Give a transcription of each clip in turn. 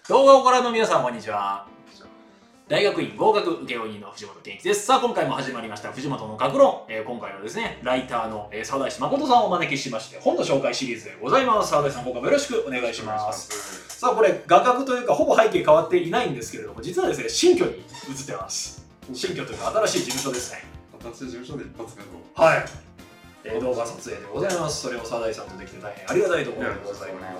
動画をご覧の皆さん、こんにちは。大学院合格請負人の藤本健一です。さあ、今回も始まりました藤本の学論。今回はですね、ライターの沢田石誠さんをお招きしまして、本の紹介シリーズでございます。沢田さん、今回もよろしくお願いします。さあ、これ、画角というか、ほぼ背景変わっていないんですけれども、実はですね、新居に移ってます。新居というか、新しい事務所ですね。 新しい事務所で一発目の。 はい。動画撮影でございます。それを沢田さんとできて大変ありがたいところでございます。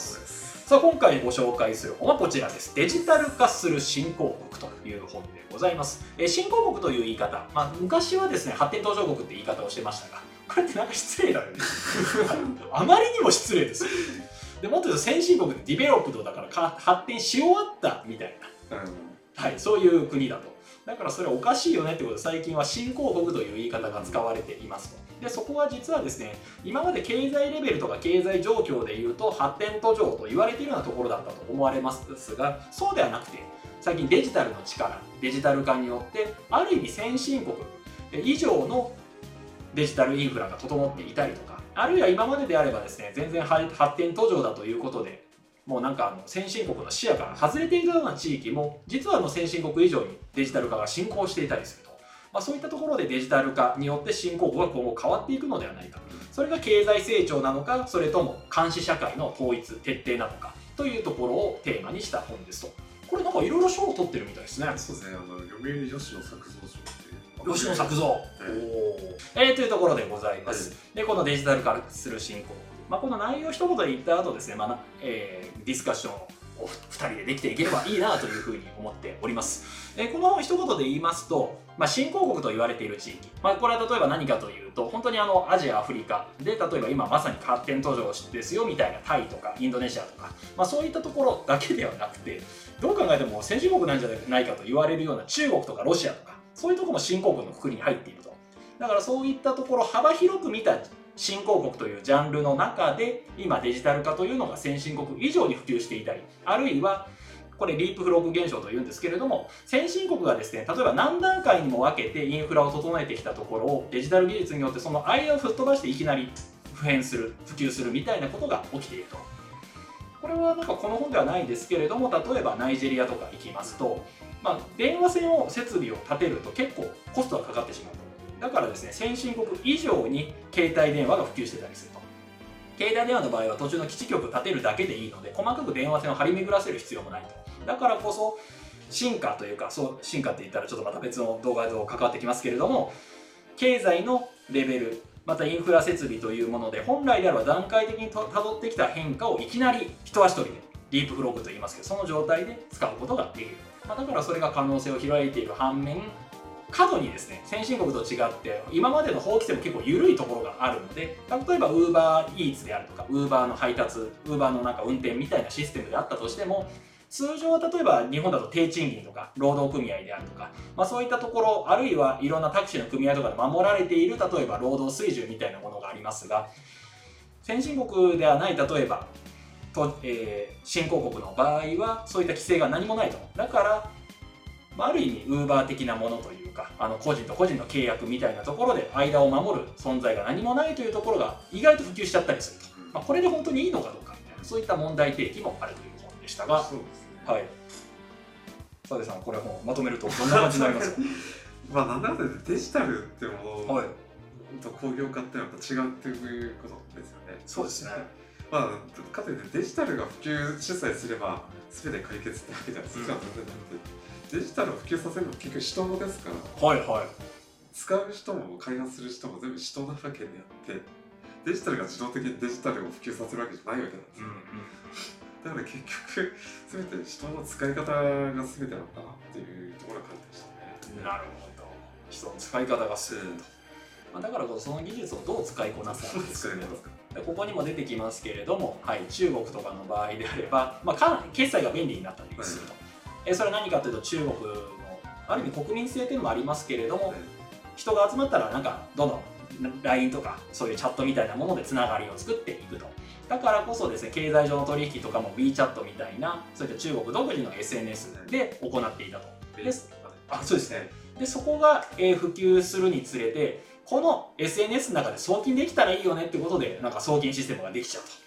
さあ、今回ご紹介する本はこちらです。デジタル化する新興国という本でございます。新興国という言い方、昔はですね、発展途上国って言い方をしてましたが、これってなんか失礼だよね。あまりにも失礼です。でもっと言うと先進国でディベロップドだから発展し終わったみたいな、はい、そういう国だと。だからそれはおかしいよねってことで、最近は新興国という言い方が使われていますと。でそこは実はですね、今まで経済レベルとか経済状況でいうと発展途上と言われているようなところだったと思われますが、そうではなくて、最近デジタルの力、デジタル化によってある意味先進国以上のデジタルインフラが整っていたりとか、あるいは今までであればですね、全然発展途上だということで、もうなんか先進国の視野から外れていたような地域も、実は先進国以上にデジタル化が進行していたりすると。そういったところでデジタル化によって新興国が今後変わっていくのではないか。それが経済成長なのか、それとも監視社会の統一徹底なのかというところをテーマにした本ですと。これなんかいろいろ賞を取ってるみたいですね。 そうですね、読売女子の作造賞っていう。 吉野作造、というところでございます。でこのデジタル化する新興国、この内容を一言で言った後ですね、ディスカッションを2人でできていければいいなというふうに思っております。この一言で言いますと、新興国と言われている地域、これは例えば何かというと、本当にアジア、アフリカで、例えば今まさに発展途上ですよみたいなタイとかインドネシアとか、そういったところだけではなくて、どう考えても先進国なんじゃないかと言われるような中国とかロシアとか、そういうところも新興国のくくりに入っていると。だからそういったところ幅広く見た新興国というジャンルの中で、今デジタル化というのが先進国以上に普及していたり、あるいはこれリープフロッグ現象というんですけれども、先進国がですね、例えば何段階にも分けてインフラを整えてきたところをデジタル技術によってその間を吹っ飛ばしていきなり普及するみたいなことが起きていると。これはなんかこの本ではないですけれども、例えばナイジェリアとか行きますと、電話線設備を立てると結構コストがかかってしまうと。だからですね、先進国以上に携帯電話が普及してたりすると。携帯電話の場合は途中の基地局を立てるだけでいいので、細かく電話線を張り巡らせる必要もないと。だからこそ進化というか、進化って言ったらちょっとまた別の動画と関わってきますけれども、経済のレベル、またインフラ設備というもので、本来であれば段階的にたどってきた変化をいきなり一足飛びでディープフロッグと言いますけど、その状態で使うことができる。だからそれが可能性を開いている反面、過度にですね、先進国と違って今までの法規制も結構緩いところがあるので、例えば UberEats であるとか Uber の配達、Uber のなんか運転みたいなシステムであったとしても、通常は例えば日本だと低賃金とか労働組合であるとか、そういったところ、あるいはいろんなタクシーの組合とかで守られている例えば労働水準みたいなものがありますが、先進国ではない例えば新興国の場合はそういった規制が何もないと。だからある意味ウーバー的なものというか、個人と個人の契約みたいなところで間を守る存在が何もないというところが意外と普及しちゃったりすると。これで本当にいいのかどうかみたいな、そういった問題提起もあるという本でしたが、 そうですね。 はい。佐出さん、これもまとめるとどんな感じになりますか？ なんだかんだデジタルっていうものはい、 と工業化っていうのは違うっていうことですよね。 そうですね。 かといってデジタルが普及しさえすれば全て解決ってわけじゃ実は全然なくて、デジタルを普及させるのは結局人ですから、 はいはい。 使う人も開発する人も全部人なわけであって、デジタルが自動的にデジタルを普及させるわけじゃないわけなんですよ。だから結局全て人の使い方が全てなのかなっていうところが感じましたね。 なるほど。人の使い方がすると。だからこそその技術をどう使いこなすかですよね。ここにも出てきますけれども、中国とかの場合であれば、決済が便利になったりすると。それは何かというと、中国のある意味国民性というのもありますけれども、人が集まったらなんかどんどん LINE とかそういうチャットみたいなものでつながりを作っていくと。だからこそですね、経済上の取引とかも WeChat みたいなそういった中国独自の SNS で行っていたと。そうですね。でそこが普及するにつれて、この SNS の中で送金できたらいいよねってことで、なんか送金システムができちゃうと。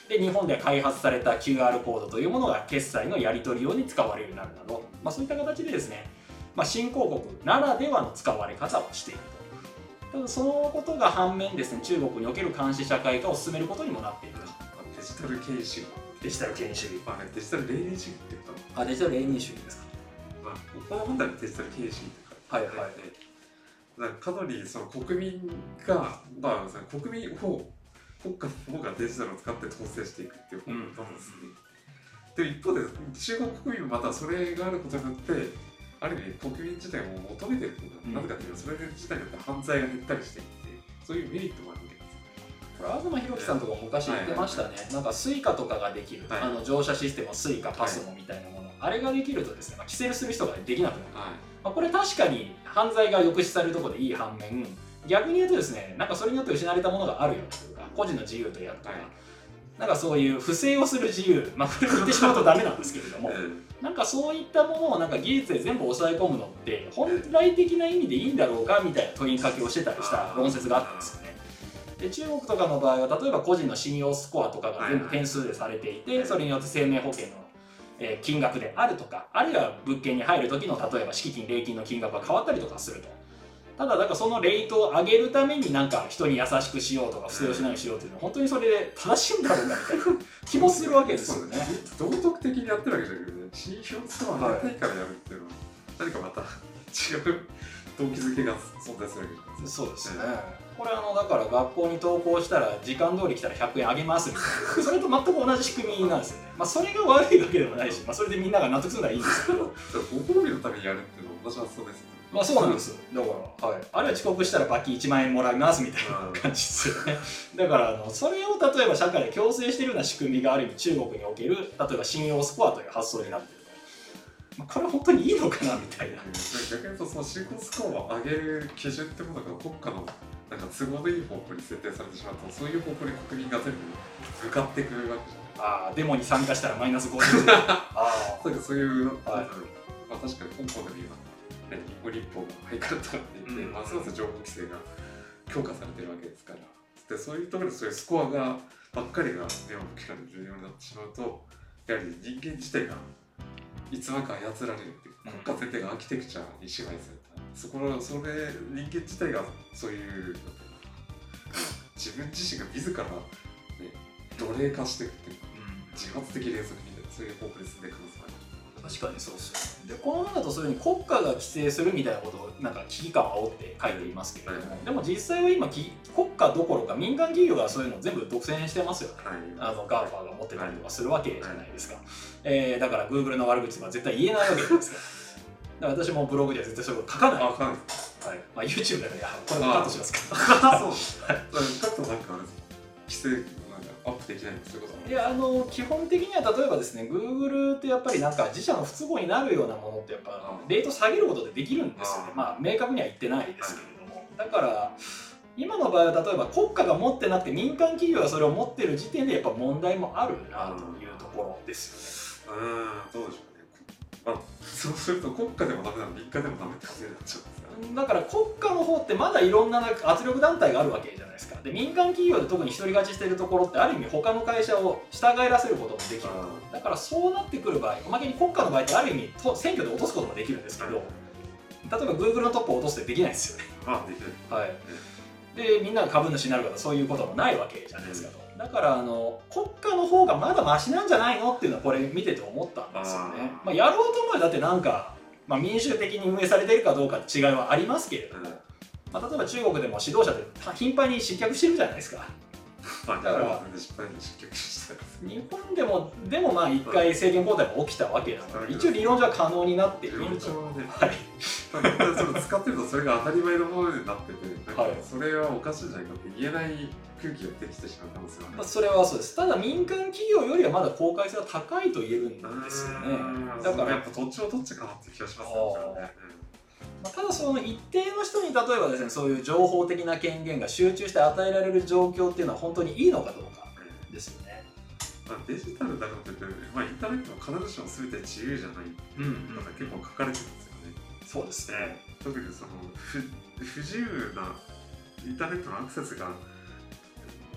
で日本で開発された QR コードというものが決済のやり取り用に使われるようになるなど、そういった形でですね、新興国ならではの使われ方をしていると。ただそのことが反面ですね、中国における監視社会化を進めることにもなっていると。 デジタル権威主義。 デジタル権威主義。 デジタル霊人主義っていうと。 デジタル霊人主義ですか。 この本題デジタル権威主義って書いてあって、かなりその国民が、国民を国家の方がデジタルを使って統制していくっていう方法なんですね。で一方で中国国民もまたそれがあることによってある意味国民自体も求めてることなぜかというとそれ自体によって犯罪が減ったりしていってそういうメリットもあるわけです。 これ東博樹さんとか昔言ってましたね。なんかスイカとかができる、乗車システムスイカパスモみたいなもの、あれができるとですね、規制する人ができなくなる、これ確かに犯罪が抑止されるところでいい反面、逆に言うとですね、なんかそれによって失われたものがあるよというか、個人の自由とやるとか、なんかそういう不正をする自由、これを言ってしまうとダメなんですけれども、なんかそういったものをなんか技術で全部抑え込むのって本来的な意味でいいんだろうかみたいな問いかけをしてたりした論説があったんですよね。で中国とかの場合は例えば個人の信用スコアとかが全部点数でされていて、それによって生命保険の金額であるとか、あるいは物件に入る時の例えば敷金礼金の金額が変わったりとかすると。ただからそのレートを上げるためになんか人に優しくしようとか不正をしないようにしようっていうのは本当にそれで正しいんだろうかみたいな気もするわけですよね。 道徳的にやってるわけじゃなくて、ね、信用スコア上げたいからやるっていうのは何かまた違う動機づけが存在するわけです。 そうですね。これだから学校に登校したら時間通り来たら100円あげますみたいな、それと全く同じ仕組みなんですよね。それが悪いわけでもないし、それでみんなが納得するのはいいんですけど、 ご褒美のためにやるっていうのは私はそうです。 そうなんです。だから、あるいは遅刻したら罰金1万円もらいますみたいな感じですよね。だからそれを例えば社会で強制しているような仕組みがある意味中国における例えば信用スコアという発想になっていると、これは本当にいいのかなみたいな。 逆に言うとその信用スコアを上げる基準ってものが国家のなんか都合のいい方向に設定されてしまうと、そういう方向に国民が全部向かってくるわけじゃない。 デモに参加したらマイナス50円。 そういう、確かに香港でも今日本立法がハイカルとなっていて、ますます情報規制が強化されてるわけですから、でそういうところでそういうスコアがばっかりが目を向けられるようになってしまうと、やはり人間自体がいつまか操られるっていう、国家全体がアーキテクチャに支配された、それ人間自体がそういう自分自身が自ら、奴隷化していくっていうか、自発的連続みたいなそういう方向に進んでいく可能性もある。 確かにそうですよね。でこの中だとそういうふうに国家が規制するみたいなことをなんか危機感を煽って書いていますけれども、でも実際は今国家どころか民間企業がそういうのを全部独占してますよね。ガーファーが持ってたりとかするわけじゃないですか。だから Google の悪口は絶対言えないわけじゃないですか。だから私もブログでは絶対そういうこと書かない。YouTube だからこれもカットしますか。 そう。カットなんかあれ規制アップできないんですよ。 いや基本的には例えばですね Google ってやっぱりなんか自社の不都合になるようなものってやっぱレート下げることでできるんですよね。明確には言ってないですけれども、だから今の場合は例えば国家が持ってなくて民間企業がそれを持ってる時点でやっぱ問題もあるなというところですよね。 どうでしょうね。そうすると国家でもダメなの民間でもダメってことになっちゃうんですか。 だから国家の方ってまだいろんな圧力団体があるわけじゃないですか。で民間企業で特に一人勝ちしているところってある意味他の会社を従えらせることもできる。だからそうなってくる場合、おまけに国家の場合ってある意味選挙で落とすこともできるんですけど、例えば Google のトップを落とすってできないですよね。 できない。 でみんなが株主になるからそういうこともないわけじゃないですかと。だから国家の方がまだマシなんじゃないのっていうのはこれ見てて思ったんですよね。やろうと思えばだってなんか民主的に運営されているかどうかって違いはありますけれども、例えば中国でも指導者って頻繁に失脚してるじゃないですか。だから日本でも一回政権交代も起きたわけなので、一応理論上は可能になっている。 理論上はね、使ってるとそれが当たり前のものになってて、それはおかしいんじゃないかって言えない空気ができてしまう可能性はね。 それはそうです。ただ民間企業よりはまだ公開性は高いと言えるんですよね。 だからやっぱどっちもどっちかなって気がしますね。 ただその一定の人に例えばですね、そういう情報的な権限が集中して与えられる状況っていうのは本当にいいのかどうかですよね。 デジタルだからといって、インターネットも必ずしも全て自由じゃないのが結構書かれてるんですよね。 そうですね。 特にその不自由なインターネットのアクセスが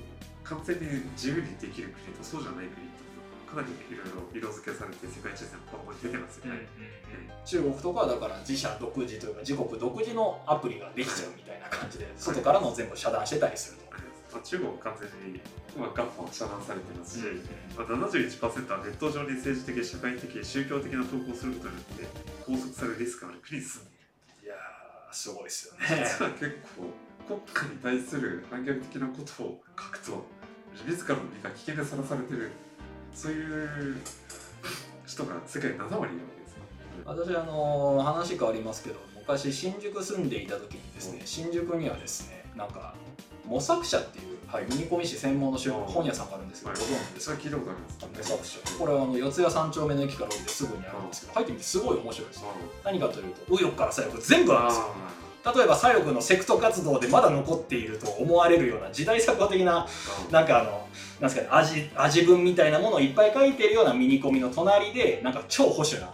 完全に自由にできる国とそうじゃない国とかなりいろいろ色付けされて世界地図のポンポン出てますよね。 中国とかはだから自社独自というか自国独自のアプリができちゃうみたいな感じで、外からの全部遮断してたりすると。 中国は完全にガッファは遮断されてますし、71% はネット上に政治的、社会的、宗教的な投稿をすることによって拘束されるリスクがある国に住んでいる。 いやー、すごいですよね。 実は結構国家に対する反逆的なことを書くと自らの身が危険でさらされてる、そういう人が世界7割いるわけです。 私話変わりますけど、昔新宿住んでいた時にですね、新宿にはですね、なんか模索者っていう、ミニコミ誌専門の本屋さんがあるんですけど、ご存知ですか？ それ聞いたことあります。 模索者、これは四谷三丁目の駅から降りてすぐにあるんですけど、入ってみてすごい面白いですよ。何かというと、右翼から左翼全部あるんですよ。例えば左翼のセクト活動でまだ残っていると思われるような時代錯誤的な、なんかなんですかね、味文みたいなものをいっぱい書いてるようなミニコミの隣で、なんか超保守な、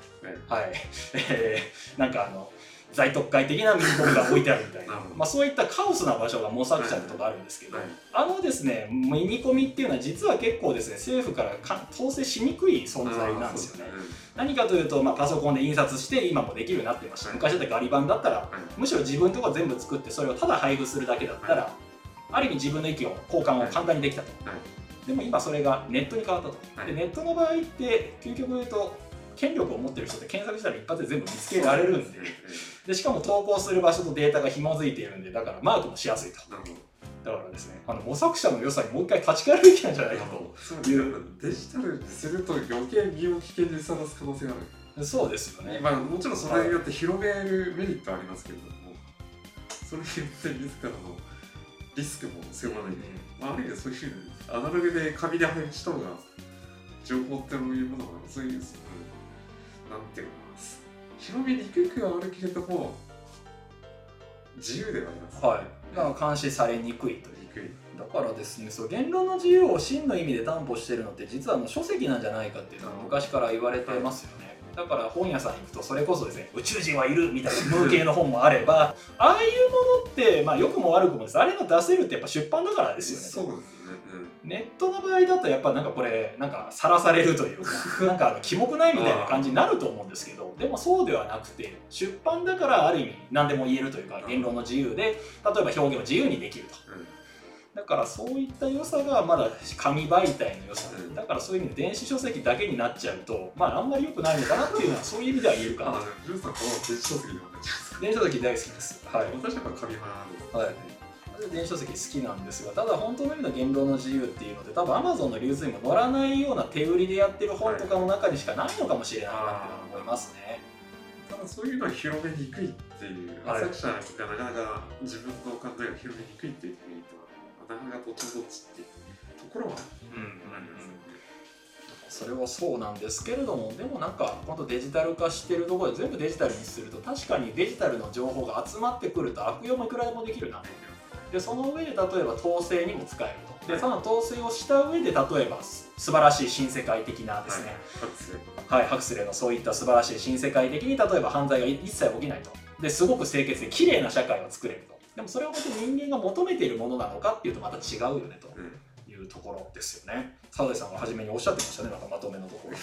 なんか在特会的なミニコミが置いてあるみたいなそういったカオスな場所が模索者ってとこあるんですけど、ですね、ミニコミっていうのは実は結構ですね、政府から統制しにくい存在なんですよね。何かというと、パソコンで印刷して今もできるようになってました。昔だったらガリ版だったら、むしろ自分のところ全部作ってそれをただ配布するだけだったら、ある意味自分の意見を交換を簡単にできたと。でも今それがネットに変わったと。でネットの場合って究極言うと権力を持ってる人って検索したら一発で全部見つけられるんで、しかも投稿する場所とデータが紐づいているんで、だからマークもしやすいと。だからですね、模索者の良さにもう一回立ち返るべきなんじゃないかという。 デジタルにすると余計身を危険にさらす可能性がある。そうですよね。 もちろんそれによって広めるメリットはありますけれども、それによって自らのリスクも背負わないで、ある意味そういうアナログで紙で配布した方が情報っていうものがそういうなんていうか広めにくくはあるけれども自由ではあります、ね。 だから監視されにくいという。だからですね、そう言論の自由を真の意味で担保しているのって実は書籍なんじゃないかっていうのは昔から言われてますよね。だから本屋さんに行くとそれこそですね、宇宙人はいるみたいな無形の本もあればああいうものって良くも悪くもです、あれが出せるってやっぱ出版だからですよね。 そうですね。 ネットの場合だとやっぱこれさらされるというかキモくないみたいな感じになると思うんですけど、でもそうではなくて出版だからある意味何でも言えるというか言論の自由で例えば表現を自由にできると。だからそういった良さがまだ紙媒体の良さだから、そういう意味で電子書籍だけになっちゃうとあんまり良くないのかなっていうのはそういう意味では言えるかなと。 ジュンさんこの電子書籍でも電子書籍大好きです。 私はやっぱ紙派です。 電子書籍好きなんですが、ただ本当の意味の言論の自由っていうので多分 Amazon の流通にも乗らないような手売りでやってる本とかの中にしかないのかもしれないなって思いますね。 ただそういうのは広めにくいっていう、作者がなかなか自分の考えを広めにくいっていうメリットはなかなかどっちどっちっていうところはありますね。 それはそうなんですけれども、でも本当デジタル化してるところで全部デジタルにすると確かにデジタルの情報が集まってくると悪用もいくらでもできるな。でその上で例えば統制にも使えると。でその統制をした上で例えば素晴らしい新世界的なですね、ハクスレーのそういった素晴らしい新世界的に例えば犯罪が一切起きないと。ですごく清潔で綺麗な社会を作れると。でもそれは本当に人間が求めているものなのかっていうとまた違うよねというところですよね。澤部さんが初めにおっしゃってましたね、まとめのところ。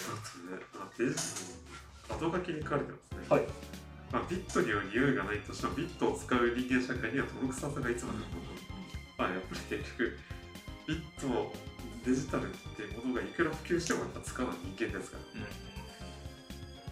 後書きに書かれてますね。ビットには匂いがないとしてもビットを使う人間社会には泥臭さがいつまでもやっぱり結局ビットデジタルっていうものがいくら普及してもやっぱ使うのは人間ですから、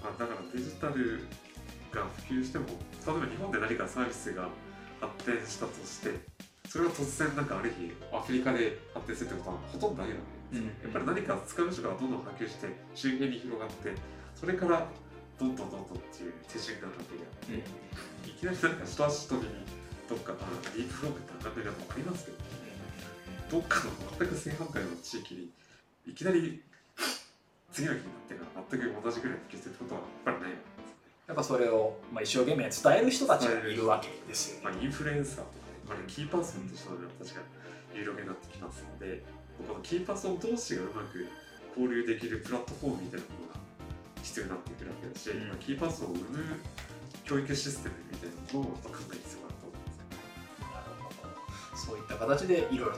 だからデジタルが普及しても例えば日本で何かサービスが発展したとしてそれが突然ある日アフリカで発展するってことはほとんどないわけです、やっぱり何か使う人がどんどん波及して周辺に広がってそれからどんどんっていう手順があるわけであって、いきなり一足飛びにどっかディープフロークって考え方もありますけど、どっかの全く正反対の地域にいきなり次の日になってから全く同じぐらい普及することはやっぱりないわけです。 やっぱそれを一生懸命伝える人たちがいるわけですよね。 インフルエンサーとかキーパーソンとしての人たちが有力になってきますので、このキーパーソン同士がうまく交流できるプラットフォームみたいなものが必要になってくるわけだし、キーパーソンを生む教育システムみたいなものを考える必要があると思います。 なるほど。そういった形でいろいろと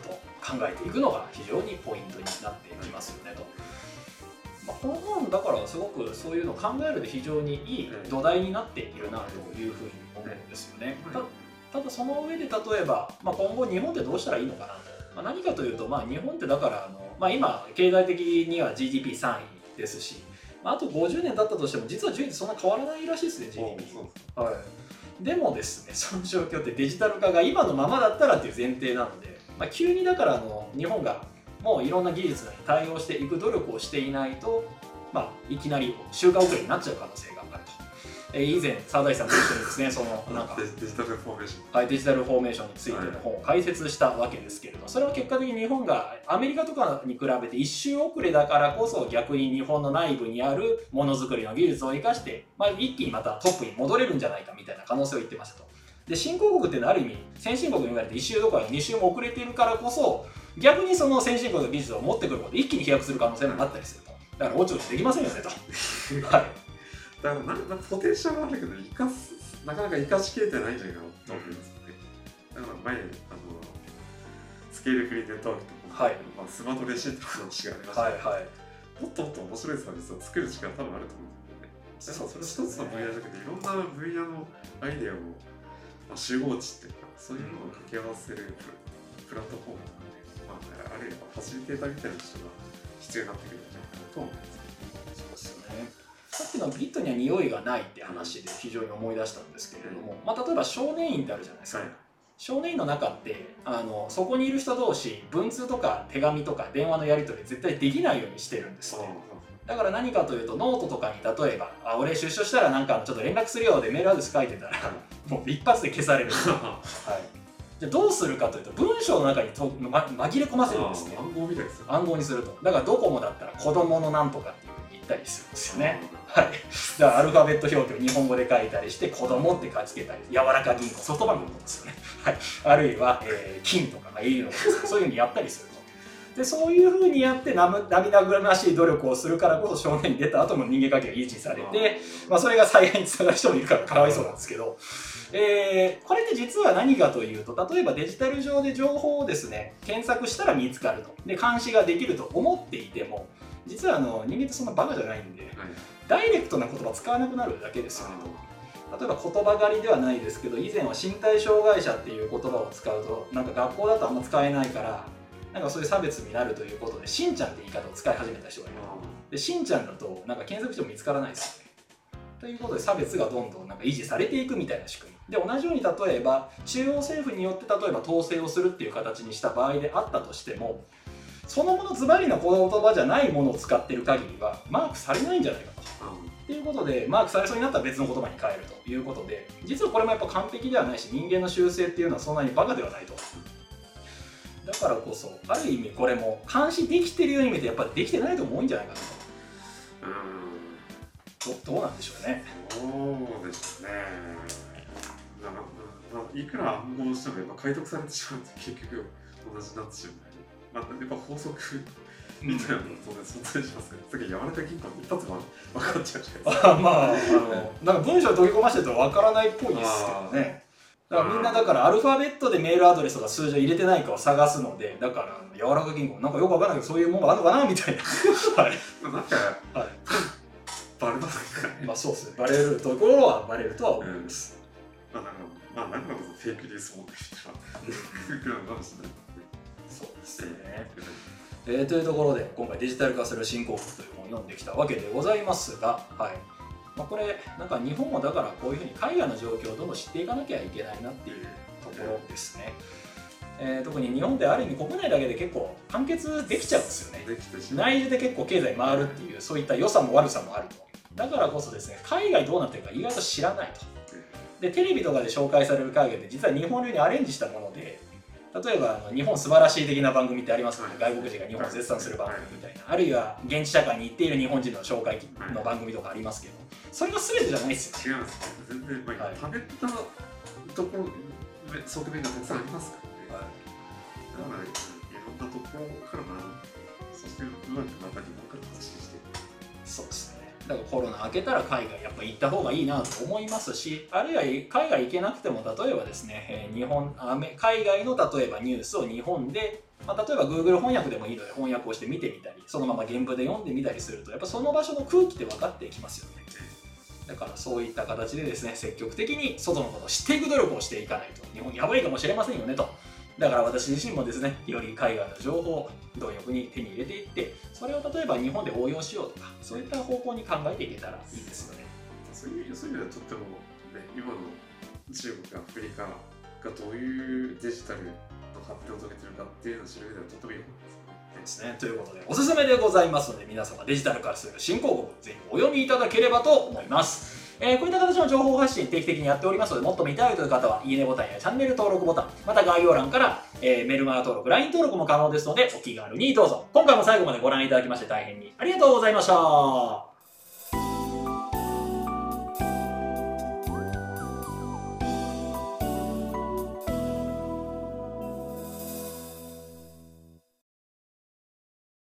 考えていくのが非常にポイントになってきますよねと。この本だからすごくそういうのを考えるで非常にいい土台になっているなというふうに思うんですよね。ただその上で例えば、今後日本ってどうしたらいいのかなと、何かというと、日本ってだから今経済的には GDP3 位ですし、あと50年経ったとしても実は順位ってそんな変わらないらしいですね GDP。はい、でもですね、その状況ってデジタル化が今のままだったらっていう前提なので、急にだから日本がもういろんな技術に対応していく努力をしていないと、いきなり週間遅れになっちゃう可能性があると。以前澤田さんと一緒にですね、そのデジタルフォーメーション、 はい、デジタルフォーメーションについての本を解説したわけですけれども、それは結果的に日本がアメリカとかに比べて一周遅れだからこそ、逆に日本の内部にあるものづくりの技術を生かして、一気にまたトップに戻れるんじゃないかみたいな可能性を言ってましたと。で、新興国っていうのはある意味先進国に言われて1周どころか2周も遅れているからこそ、逆にその先進国の技術を持ってくることで一気に飛躍する可能性もあったりすると。だからおちおちできませんよねと。はい。 だからポテンシャルはあるけどなかなか生かしきれてないんじゃないかなと思いますね。だから前スケールフリーネットワークとか、はい、スマートレシートの話がありましたけど、はいはい、もっともっと面白いサービスを作る力多分あると思うんですよね。だからそれ一つの分野じゃなくていろんな分野のアイデアを、集合値っていうかそういうのを掛け合わせるプラットフォームがね、あるいはファシリテーターみたいな人が必要になってくるんじゃないかなと思います。 そうですよね。さっきのビットには匂いがないって話で非常に思い出したんですけれども、例えば少年院ってあるじゃないですか、はい、少年院の中ってそこにいる人同士文通とか手紙とか電話のやり取り絶対できないようにしてるんですね。だから何かというとノートとかに例えば「俺出所したらなんかちょっと連絡するよ」でメールアドレス書いてたらもう一発で消されるはい、じゃあどうするかというと文章の中に紛れ込ませるんですね。 暗号みたいですよ。 暗号にすると。だからドコモだったら子供のなんとかっていう風に言ったりするんですよね。はい。だからアルファベット表記を日本語で書いたりして子供って書きつけたり、柔らか銀行、ソフトバンクのことですよね。はい。あるいは、金とかauのことです。そういう風にやったりすると。でそういう風にやって涙ぐましい努力をするからこそ少年に出た後も人間関係が維持されて、それが災害につながる人もいるからかわいそうなんですけど、これって実は何かというと、例えばデジタル上で情報をですね検索したら見つかると、で監視ができると思っていても、実は人間ってそんなバカじゃないんで、ダイレクトな言葉使わなくなるだけですよねと。例えば言葉狩りではないですけど、以前は身体障害者っていう言葉を使うとなんか学校だとあんま使えないから、なんかそういう差別になるということで、しんちゃんって言い方を使い始めた人がいる。で、しんちゃんだとなんか検索しても見つからないですよね。ということで差別がどんどんなんか維持されていくみたいな仕組み。で、同じように例えば中央政府によって例えば統制をするっていう形にした場合であったとしても、そのものズバリの言葉じゃないものを使っている限りはマークされないんじゃないかと。っていうことで、マークされそうになったら別の言葉に変えるということで、実はこれもやっぱ完璧ではないし、人間の習性っていうのはそんなにバカではないと。だからこそある意味これも監視できてるように見てやっぱりできてないと思うんじゃないかなと。どうなんでしょうね。 そうですね。いくら暗号してもやっぱ解読されてしまうと結局同じになってしまう。やっぱ法則みたいなの当然存在しますけど、次柔らか銀行一発も分かっちゃうじゃないですか。 なんか文章を解き込ませてると分からないっぽいですけどね。だからみんなだからアルファベットでメールアドレスとか数字を入れてないかを探すので、だから柔らか銀行なんかよくわかんないけどそういうものがあるのかなみたいな。はい。 なんか、はい、バレますかね。 そうですね。バレるところはバレるとは思います。 なんかフェイクニュース問題とか来るのかもしれない。 そうですね。というところで今回デジタル化する新興国という本を読んできたわけでございますが、はい。これなんか日本もだからこういうふうに海外の状況をどんどん知っていかなきゃいけないなっていうところですね。特に日本である意味国内だけで結構完結できちゃうんですよね。内需で結構経済回るっていうそういった良さも悪さもあると。だからこそですね、海外どうなってるか意外と知らないと。でテレビとかで紹介される海外って実は日本流にアレンジしたもので、例えば日本素晴らしい的な番組ってありますよね。外国人が日本を絶賛する番組みたいな、あるいは現地社会に行っている日本人の紹介の番組とかありますけど、それが全てじゃないですよ。 違いますね。全然食べたところ側面がたくさんありますからね。だからいろんなところからそしてうまくまた日本から発信していく。 そうですね。だからコロナ明けたら海外やっぱ行った方がいいなと思いますし、あるいは海外行けなくても例えばですね、海外の例えばニュースを日本でまあ、例えば Google 翻訳でもいいので翻訳をして見てみたり、そのまま原文で読んでみたりすると、やっぱその場所の空気って分かってきますよね。だからそういった形でですね、積極的に外のことを知っていく努力をしていかないと日本やばいかもしれませんよねと。だから私自身もですね、より海外の情報を貪欲に手に入れていって、それを例えば日本で応用しようとか、そういった方向に考えていけたらいいですよね。 そういう意味ではとっても、ね、今の中国、アフリカがどういうデジタルの発展を遂げてるかっていうのを知る上ではとってもいいことですね。 ということでおすすめでございますので、皆様デジタル化する新興国ぜひお読みいただければと思います。こういった形の情報発信定期的にやっておりますので、もっと見たいという方はいいねボタンやチャンネル登録ボタン、また概要欄から、メルマガ登録、LINE 登録も可能ですのでお気軽にどうぞ。今回も最後までご覧いただきまして大変にありがとうございました。